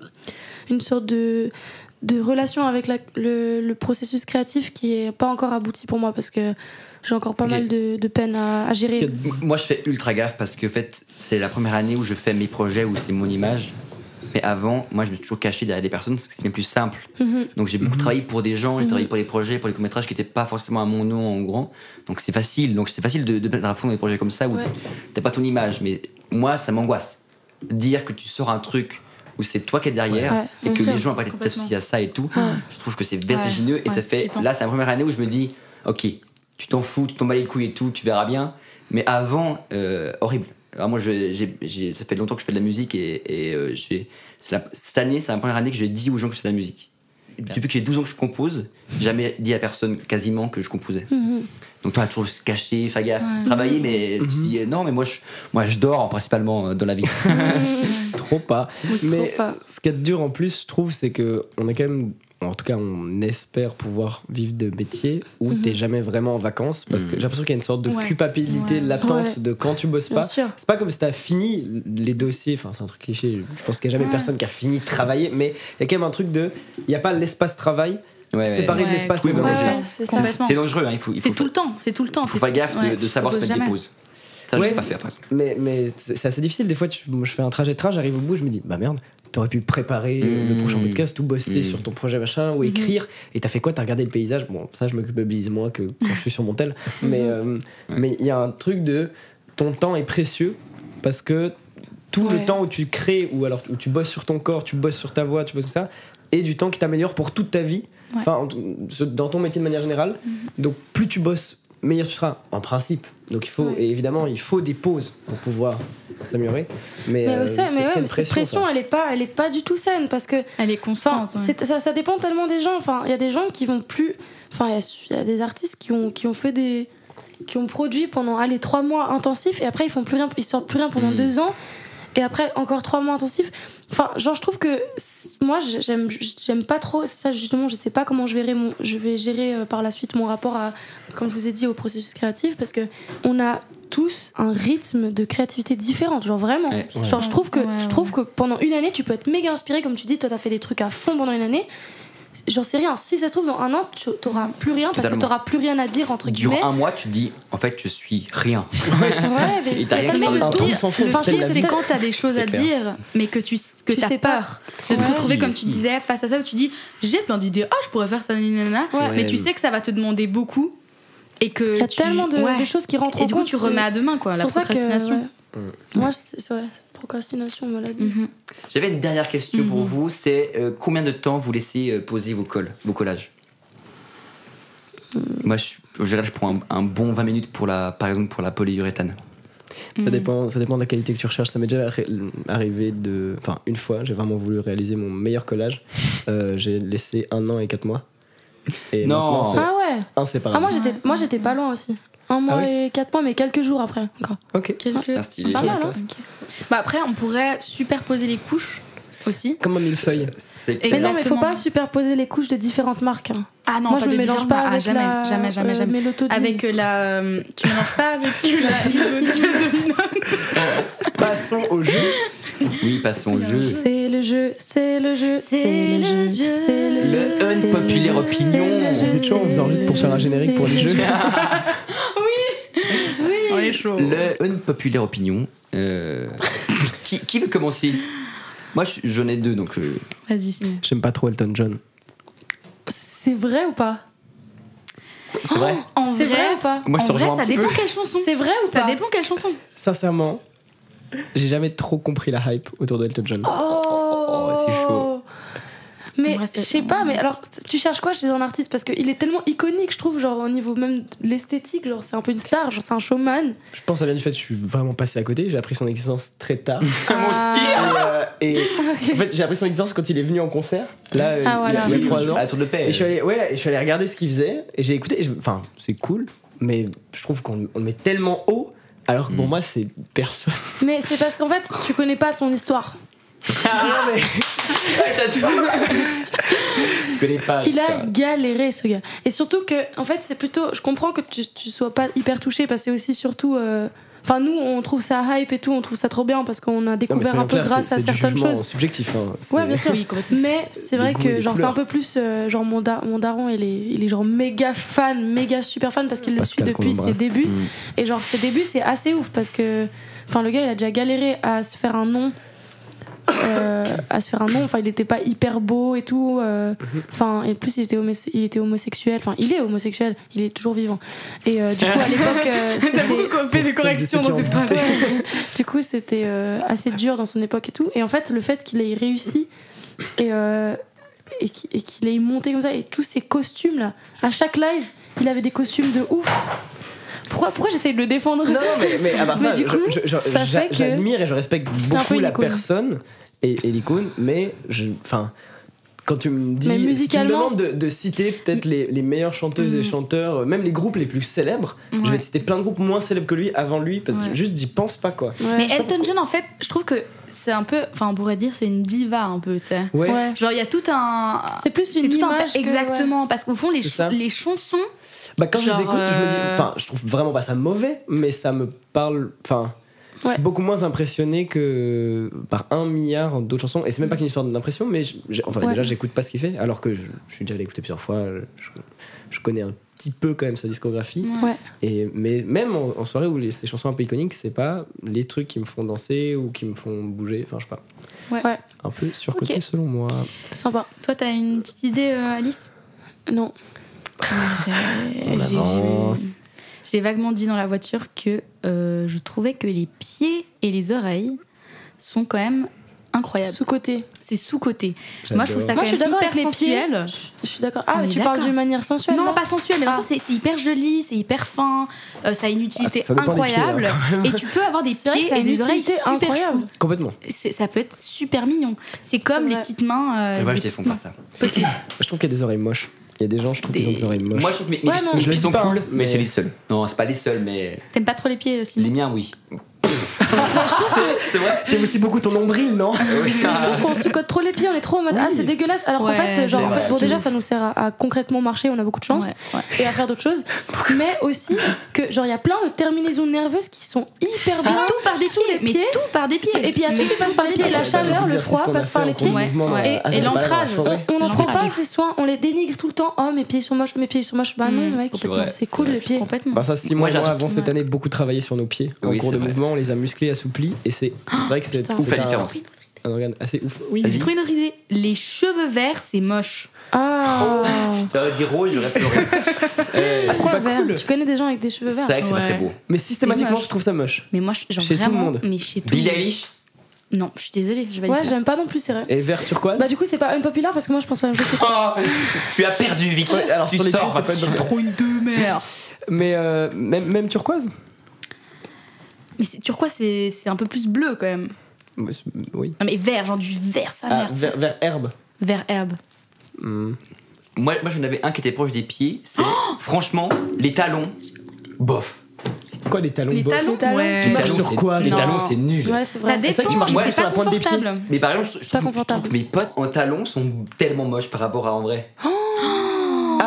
de relation avec le processus créatif qui est pas encore abouti pour moi, parce que j'ai encore pas mal de peine à gérer. Moi je fais ultra gaffe, parce que en fait c'est la première année où je fais mes projets, où c'est mon image. Mais avant, moi je me suis toujours caché derrière des personnes, parce que c'est bien plus simple. Donc j'ai beaucoup travaillé pour des gens, j'ai travaillé pour des projets, pour les courts-métrages qui n'étaient pas forcément à mon nom en grand. Donc c'est facile de mettre à fond dans des projets comme ça où t'as pas ton image. Mais moi ça m'angoisse. Dire que tu sors un truc où c'est toi qui es derrière et que les gens après t'associent à ça et tout, je trouve que c'est vertigineux. Et ça fait, là c'est la première année où je me dis ok, tu t'en fous, tu t'en bats les couilles et tout, tu verras bien. Mais avant, horrible. Alors moi, ça fait longtemps que je fais de la musique, et cette année, c'est la première année que j'ai dit aux gens que je fais de la musique. Depuis que j'ai 12 ans que je compose, j'ai jamais dit à personne quasiment que je composais. Donc toi, toujours se cacher, faire gaffe, travailler, mais tu dis non, mais moi je dors principalement dans la vie. Trop pas. Mais ce qui est dur en plus, je trouve, c'est qu'on a quand même, en tout cas on espère pouvoir vivre de métier où t'es jamais vraiment en vacances, parce que j'ai l'impression qu'il y a une sorte de culpabilité latente de quand tu bosses pas. C'est pas comme si t'as fini les dossiers, c'est un truc cliché, je pense qu'il y a jamais personne qui a fini de travailler, mais il y a quand même un truc de, il y a pas l'espace travail séparé de l'espace maison. C'est dangereux, hein, c'est tout le temps. Faut faire gaffe de savoir se mettre des pauses. Ça, je sais pas faire après. Mais c'est assez difficile. Des fois, je fais un trajet de train, j'arrive au bout, je me dis, bah merde, t'aurais pu préparer le prochain podcast ou bosser sur ton projet machin, ou écrire, et t'as fait quoi? T'as regardé le paysage? Bon, ça, je me culpabilise moins que quand je suis sur mon tel. Mais il y a un truc de ton temps est précieux, parce que tout le temps où tu crées, ou alors où tu bosses sur ton corps, tu bosses sur ta voix, tu bosses sur ça, et du temps qui t'améliore pour toute ta vie, dans ton métier de manière générale. Donc, plus tu bosses, meilleur tu seras en principe. Donc et évidemment il faut des pauses pour pouvoir s'améliorer, mais cette pression elle est pas du tout saine, parce que elle est constante. Ça dépend tellement des gens. Il y a des gens qui vont plus, il y a des artistes qui ont produit pendant 3 mois intensifs, et après ils font plus rien, ils sortent plus rien pendant 2 ans, et après encore 3 mois intensifs. Je trouve que moi j'aime pas trop ça, justement. Je sais pas comment je vais gérer par la suite mon rapport à, comme je vous ai dit, au processus créatif, parce que on a tous un rythme de créativité différent, genre vraiment. Genre je trouve que pendant une année tu peux être méga inspiré, comme tu dis, toi t'as fait des trucs à fond pendant une année. J'en sais rien, si ça se trouve dans 1 an t'auras plus rien, parce que t'auras plus rien à dire, entre guillemets. Durant 1 mois tu te dis en fait je suis rien. Mais t'as rien tellement de dire. C'est quand t'as des choses à dire, mais que t'as peur de te retrouver, comme tu disais, face à ça, où tu dis j'ai plein d'idées, je pourrais faire ça, mais tu sais que ça va te demander beaucoup, et que y a tellement de choses qui rentrent en compte, et du coup tu remets à demain la procrastination. Moi procrastination, on l'a dit. J'avais une dernière question pour vous, c'est combien de temps vous laissez poser vos collages? Moi je prends un bon 20 minutes par exemple pour la polyuréthane. Ça dépend de la qualité que tu recherches. Ça m'est déjà arrivé une fois, j'ai vraiment voulu réaliser mon meilleur collage. J'ai laissé 1 an et 4 mois. Et non. inséparable. Moi j'étais pas loin aussi. 1 mois et 4 mois, mais quelques jours après encore. C'est pas mal, hein. Après on pourrait superposer les couches aussi, comme un millefeuille. Mais non, mais faut pas superposer les couches de différentes marques, hein. Ah non, moi pas je de me mélange pas avec jamais. Avec la tu mélanges pas avec la isotinazolone. Passons au jeu. Oui, passons au jeu. C'est le jeu. Le unpopular opinion. C'est toujours on faisait juste pour faire un générique pour les jeux. Oui. chaud. Le unpopular opinion. Qui veut commencer? Moi, j'en ai deux, donc. Vas-y, Simon. J'aime pas trop Elton John. C'est vrai ou pas? C'est vrai. C'est vrai ou pas? Moi, je te En vrai, rejoins un ça petit dépend peu. quelle chanson. C'est vrai ou Ça pas? dépend quelle chanson. Sincèrement, j'ai jamais trop compris la hype autour de Elton John. Oh, c'est chaud. Mais En vrai, je c'est- sais pas, mais alors tu cherches quoi chez un artiste? Parce qu'il est tellement iconique, je trouve, genre au niveau même de l'esthétique, genre c'est un peu une star, genre c'est un showman. Je pense que ça vient du fait que je suis vraiment passé à côté. J'ai appris son existence très tard. Moi aussi. Et Ok. en fait, j'ai appris son existence quand il est venu en concert. Là, Ah, voilà. il y a 3 ans. À la Tour de Paix. Et je suis allé regarder ce qu'il faisait. Et j'ai écouté. Enfin, c'est cool. Mais je trouve qu'on le met tellement haut. Alors que pour moi, c'est personne. Mais c'est parce qu'en fait, tu connais pas son histoire. Non, mais Je connais pas. Il a ça. galéré, ce gars. Et surtout que, en fait, c'est plutôt. Je comprends que tu sois pas hyper touché parce que c'est aussi surtout. Enfin, nous, on trouve ça hype et tout, on trouve ça trop bien parce qu'on a Non, mais découvert soyons un peu clairs, grâce à c'est du certaines jugement choses. subjectif. Hein. Ouais, bien sûr. Oui, complètement. Mais c'est vrai goûts et que des genre c'est un couleurs. peu plus genre mon daron il est genre méga fan, méga super fan parce qu'il le suit Pascal qu'on depuis ses embrasse. débuts Mm. et genre ses débuts c'est assez ouf parce que enfin le gars il a déjà galéré à se faire un nom enfin il était pas hyper beau et tout enfin et plus il était homosexuel, enfin il est homosexuel, il est toujours vivant et du coup à l'époque c'était fait des corrections dans cette phrase. du coup c'était assez dur dans son époque et tout et en fait le fait qu'il ait réussi et qu'il ait monté comme ça et tous ces costumes là à chaque live il avait des costumes de ouf. Pourquoi j'essaye de le défendre? Non, mais à part Mais ça, du coup, ça fait que j'admire et je respecte c'est un peu beaucoup la l'icône. personne et l'icône, mais enfin, quand tu me dis, Mais si tu me musicalement- demandes de citer peut-être les meilleures chanteuses et chanteurs, même les groupes les plus célèbres, je vais Ouais. te citer plein de groupes moins célèbres que lui avant lui, parce que Ouais. juste j'y pense pas quoi. Ouais, Mais je sais Elton John, en fait, je trouve que c'est un peu. Enfin, on pourrait dire c'est une diva un peu, tu sais. Ouais. pas. Ouais. Genre, il y a tout un. C'est plus une tout un- image que- Exactement, parce qu'au fond, C'est ça. les chansons. Bah quand je Genre, les écoute, je me dis, enfin, je trouve vraiment pas ça mauvais, mais ça me parle, enfin. Je Ouais. suis beaucoup moins impressionné que par 1 milliard d'autres chansons. Et c'est même pas qu'une histoire d'impression, mais Ouais. déjà, j'écoute pas ce qu'il fait, alors que je suis déjà allé écouter plusieurs fois. Je connais un petit peu quand même sa discographie. Ouais. Mais même en soirée où ces chansons un peu iconiques, c'est pas les trucs qui me font danser ou qui me font bouger. Enfin, je sais pas. Ouais. Un peu surcoté Ok. selon moi. Sympa. Toi, t'as une petite idée, Alice? Non. J'ai vaguement dit dans la voiture que je trouvais que les pieds et les oreilles sont quand même incroyables. Sous-côté. C'est sous-côté. Moi, je trouve ça Moi, quand je suis même d'accord hyper avec les pieds. sensuel. Je suis d'accord. On Ah, est tu parles d'accord. d'une manière sensuelle Non, là pas sensuel, mais dans le Ah. sens, c'est hyper joli, c'est hyper fin, ça a une utilité ça dépend des pieds, incroyable. hein, Et tu peux avoir des C'est vrai que pieds ça a et une des oreilles utilité super incroyable. chou. Complètement. Ça peut être super mignon. C'est comme C'est les vrai. petites mains. Moi, des je défends petites pas mains. ça. Je trouve qu'il y a des oreilles moches. Il y a des gens, je trouve qu'ils ont des oreilles moches. Moi, je trouve que Ouais, non. Je le ils dis sont pas, cool, hein, mais mais- c'est les seuls. Non, c'est pas les seuls, mais T'aimes pas trop les pieds, les Simon? miens, oui. C'est vrai. T'aimes aussi beaucoup ton nombril, non? Oui. Je trouve qu'on sous-cote trop les pieds, on est trop en mode Oui. ah c'est dégueulasse alors qu'en Ouais, fait genre c'est en fait, vrai. bon déjà ça nous sert à concrètement marcher, on a beaucoup de chance Ouais, ouais. et à faire d'autres choses mais aussi que genre il y a plein de terminaisons nerveuses qui sont hyper bien Tout par des sous pieds, les mais pieds tout par des pieds. et puis il y a tout qui passe par les pieds, la chaleur, le froid passe par les pieds. Ouais, ouais. Ah, Et l'ancrage. On n'en prend pas L'ancrage. assez soin, on les dénigre tout le temps. Oh, mes pieds sont moches, mes pieds sont moches. Bah non, mec, complètement. c'est cool les pieds. Complètement. Bah ça, 6 Moi, mois j'ai un truc- avons cette année beaucoup travaillé sur nos pieds en Oui, cours c'est de vrai. mouvement, on les a musclés, assouplis et c'est vrai que c'est putain. Ouf la un- différence. un organe assez ouf. Oui, J'ai trouvé une autre idée. Les cheveux verts, c'est moche. Ah, T'aurais dit rose, j'aurais pleuré. Ah, c'est pourquoi pas vert cool. Tu connais des gens avec des cheveux C'est verts vrai que c'est pas Ouais. très beau. Mais systématiquement, moche. je trouve ça moche. Mais moi, genre Chez tout le vraiment. monde. Mais chez tout Billie le monde. Eilish. Non, je suis désolée, je vais Ouais, le dire. j'aime pas non plus, c'est vrai. Et vert turquoise. Bah, du coup, c'est pas unpopular parce que moi je pense à la même chose que toi. Oh, tu as perdu, Vic. Ouais, alors tu sur les pieds, sors. c'est pas une bonne Trop une demeure. Mais même turquoise. Mais turquoise, c'est un peu plus bleu quand même. Oui. Non, mais vert, genre du vert, sa Ah, mère. vert herbe. Vert herbe. Hmm. Moi, j'en avais un qui était proche des pieds. C'est franchement les talons. Bof. Quoi, les talons Les bof talons, talons, ouais. tu Les marches talons, sur c'est- quoi, Les non. talons, c'est nul. Ouais, c'est Ça vrai. dépend, C'est vrai que tu marches mais pas c'est sur pas la pointe des pieds. confortable. Mais par exemple, je pas trouve confortable. que mes potes en talons sont tellement moches par rapport à en vrai. Ah,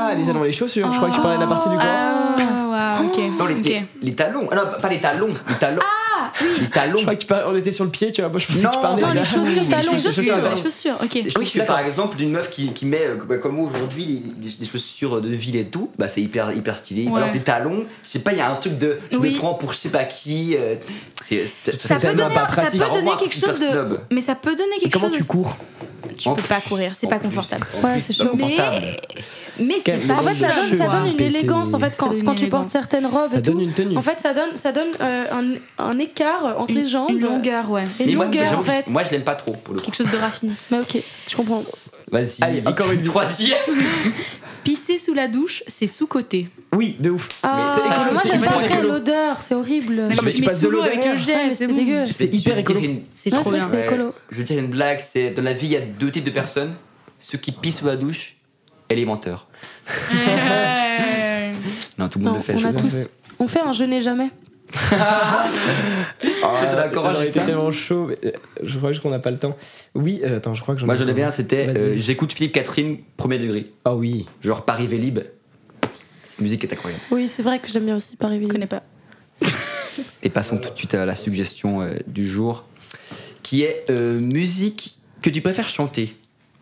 Ah, les allons les chaussures. Je crois que tu parlais de la partie du corps. Ah, ok. Non, Ok. les talons. Ah non, pas les talons. Les talons. Ah, oui. Les talons. Je crois que on était sur le pied, tu vois. Moi, je pensais Non, que tu parlais Non, de les la- chaussures, Les talons. chaussures, talons. les chaussures, ok. Je trouve que par exemple d'une meuf qui met comme moi aujourd'hui des chaussures de ville et tout, bah c'est hyper stylé. Ouais. Alors des talons, je sais pas, il y a un truc de je Oui. me prends pour je sais pas qui. Ça peut tellement donner, pas ça pratique. peut donner Vraiment quelque hyper chose de. snob. Mais ça peut donner Et quelque comment chose tu de. cours? Tu peux pas courir, c'est pas confortable. Ouais, c'est chaud. Mais c'est Quel- pas. En fait, ça Je donne une péter. élégance en fait quand Ça donne quand une tu portes élégance. certaines robes Ça et tout. donne une tenue. En fait, ça donne un écart entre les jambes. Une longueur, ouais. Et une longueur en j'avoue, fait. moi je l'aime pas trop pour le coup. Quelque chose de raffiné. Mais ok, je comprends. Vas-y, Allez, encore une troisième. Pisser sous la douche, c'est sous-côté. Oui, de ouf. Ah, c'est écolo, moi c'est j'aime hyper pas après écolo. l'odeur, c'est horrible. mais tu passes de l'eau avec derrière. le Ouais, jet, mais c'est c'est bon. dégueu. C'est hyper écolo. C'est Ouais, trop c'est bien. vrai que c'est écolo. Je veux dire une blague, c'est dans la vie il y a deux types de personnes, ceux qui pissent sous la douche et les menteurs. Non, tout le monde Non, le fait. on je a sais. tous. On fait un je n'ai jamais. d'accord, J'aurais été Justin tellement chaud, mais je crois qu'on n'a pas le temps. Oui, attends, je crois que Moi j'en ai bien, c'était Vas-y. j'écoute Philippe Catherine, premier degré. Ah oui. Genre Paris Vélib. Cette musique est incroyable. Oui, c'est vrai que j'aime bien aussi Paris Je Ville. connais pas. Et passons tout de suite à la suggestion du jour, qui est musique que tu préfères chanter.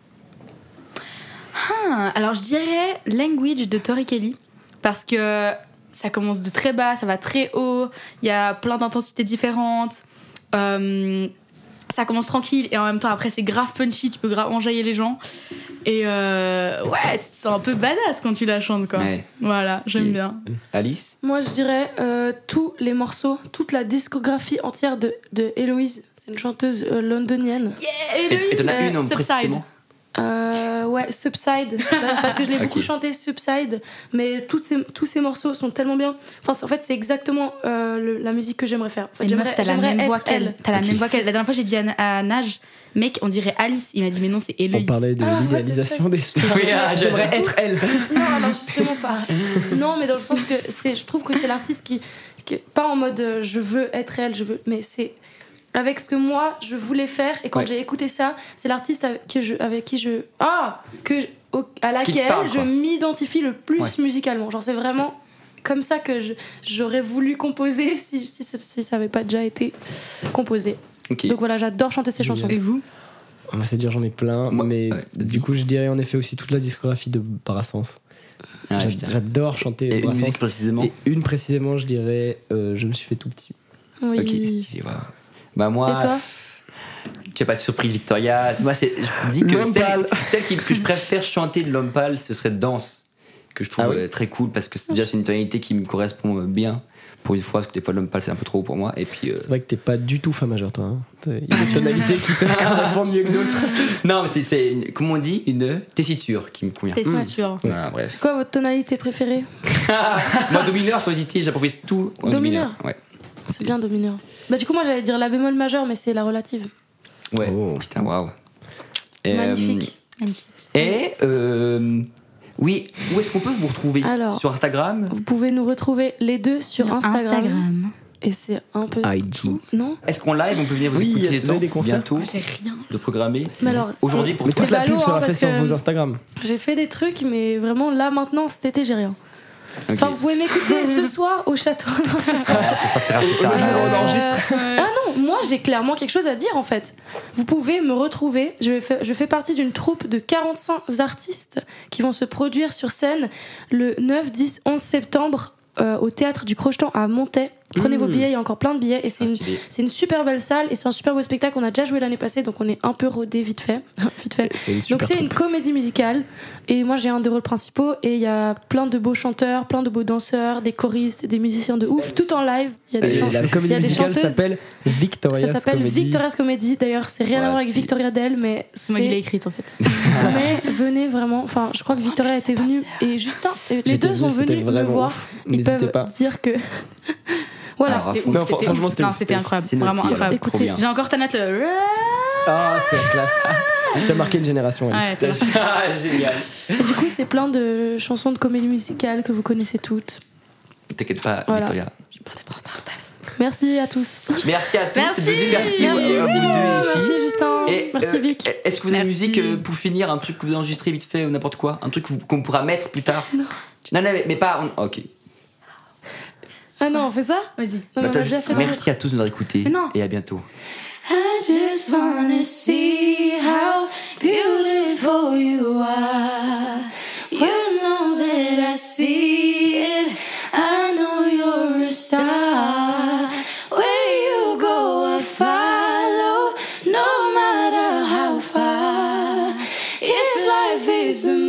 Alors je dirais Language de Tori Kelly parce que ça commence de très bas, ça va très haut, il y a plein d'intensités différentes. Ça commence tranquille et en même temps après c'est grave punchy, tu peux grave enjailler les gens. Et ouais, tu te sens un peu badass quand tu la chantes quoi. Ouais. Voilà, j'aime bien. Alice. Moi, je dirais tous les morceaux, toute la discographie entière de Héloïse. C'est une chanteuse londonienne. Et t'en as une en Subside. précisément. Ouais, Subside, parce que je l'ai beaucoup chanté, Subside, mais tous ces morceaux sont tellement bien. Enfin, en fait, c'est exactement la musique que j'aimerais faire. En fait, Et meuf, t'as la même voix être qu'elle. elle. T'as la même voix qu'elle. La dernière fois, j'ai dit à Nage, mec, on dirait Alice. Il m'a dit, mais non, c'est On Héloïse. parlait de Ah, l'idéalisation des stars. Oui, J'aimerais être elle. Non, alors justement pas. Non, mais dans le sens que je trouve que c'est l'artiste qui pas en mode je veux être elle, mais c'est avec ce que moi je voulais faire. Et quand Ouais. j'ai écouté ça, c'est l'artiste à laquelle parle, je quoi. m'identifie le plus Ouais. musicalement. Genre c'est vraiment comme ça que j'aurais voulu composer si ça avait pas déjà été composé. Ok. Donc voilà, j'adore chanter ces chansons. Et vous? Moi, c'est dire, j'en ai plein, Moi, mais ouais, vas-y. du coup, je dirais en effet aussi toute la discographie de Brassens. Ah, putain. J'adore chanter Et une Brassens. musique précisément. Et une précisément, je dirais Je me suis fait tout petit. Oui. Ok, stylé, voilà. Bah moi. Et toi? Tu n'as pas de surprise, Victoria. Moi, je me dis que L'homme pâle. celle que je préfère chanter de l'homme pâle, ce serait Danse, que je trouve Ah oui. très cool parce que déjà c'est une tonalité qui me correspond bien pour une fois, parce que des fois l'homme pâle c'est un peu trop haut pour moi. Et puis. C'est vrai que t'es pas du tout fa majeur, toi. Hein. Il y a des tonalités qui te correspondent mieux que d'autres. Non, mais c'est comment on dit, une tessiture qui me convient. Tessiture. Voilà, bref. C'est quoi votre tonalité préférée? Moi, do mineur, sans hésiter, j'improvise tout en Do do mineur. mineur. Ouais. C'est bien do mineur. Bah du coup moi j'allais dire la bémol majeur, mais c'est la relative. Ouais. Oh. Putain, waouh. Magnifique. Magnifique. Et oui, où est-ce qu'on peut vous retrouver? Alors, sur Instagram? Vous pouvez nous retrouver les deux sur Instagram. Et c'est un peu IG. tout, non? Est-ce qu'en live on peut venir vous Oui, écouter vous avez des concerts. bientôt J'ai rien. de programmer? Mais alors, Aujourd'hui, c'est- pour Mais c'est toute la pub ballot, sera hein, faite parce sur que vos Instagram. j'ai fait des trucs, mais vraiment là maintenant cet été j'ai rien. Ok. Enfin, vous pouvez m'écouter ce soir au château. Non, c'est ça. Ah, ça sortira plus tard. Ah non, moi j'ai clairement quelque chose à dire en fait. Vous pouvez me retrouver. Je fais partie d'une troupe de 45 artistes qui vont se produire sur scène le 9, 10, 11 septembre au théâtre du Crocheton à Montaix. Prenez vos billets, il y a encore plein de billets et c'est une super belle salle et c'est un super beau spectacle. On a déjà joué l'année passée donc on est un peu rodé vite fait. vite fait. C'est une Donc super c'est une troupe. comédie musicale et moi j'ai un des rôles principaux et il y a plein de beaux chanteurs, plein de beaux danseurs, des choristes, des musiciens de ouf, tout en live. Il y a des Et chansons. la Il y comédie a des musicale chanteuses. s'appelle Victoria's Ça s'appelle Comedy. Victoria's Comedy. D'ailleurs, c'est rien à voir avec Victoria Dell, mais C'est moi qui l'ai c'est. écrite en fait. Mais venez vraiment. Enfin, je crois que Victoria était venue et Justin. Les J'étais deux sont venu, c'était venus me vraiment voir. ouf. Ils N'hésitez peuvent pas. dire que. Voilà. Alors, C'était fou. ouf, Non, c'était franchement, ouf. c'était Non, ouf, c'était c'était incroyable. c'est noté, Vraiment alors. incroyable. Trop bien. J'ai encore ta note le. Ah, c'était la classe. Tu as marqué une génération, Alice. Ouais, t'es Ah, génial. Du coup, c'est plein de chansons de comédie musicale que vous connaissez toutes. T'inquiète pas, Voilà. Victoria. Merci à tous. Merci à tous. Merci. d'être venus. Merci, Merci. aux deux filles. Merci Justin. Justin. Et, Merci Vic. Est-ce que vous avez une Merci. musique pour finir, un truc que vous enregistrez vite fait ou n'importe quoi, un truc qu'on pourra mettre plus tard? Non, mais pas. Ok. Ah non, on fait ça? Vas-y. Non, mais on Attends, a déjà juste fait merci à tous de nous avoir écoutés Mais non. et à bientôt. I just wanna see how beautiful you are. You know that I see it. I know you're a star. Where you go, I follow, no matter how far. If life is a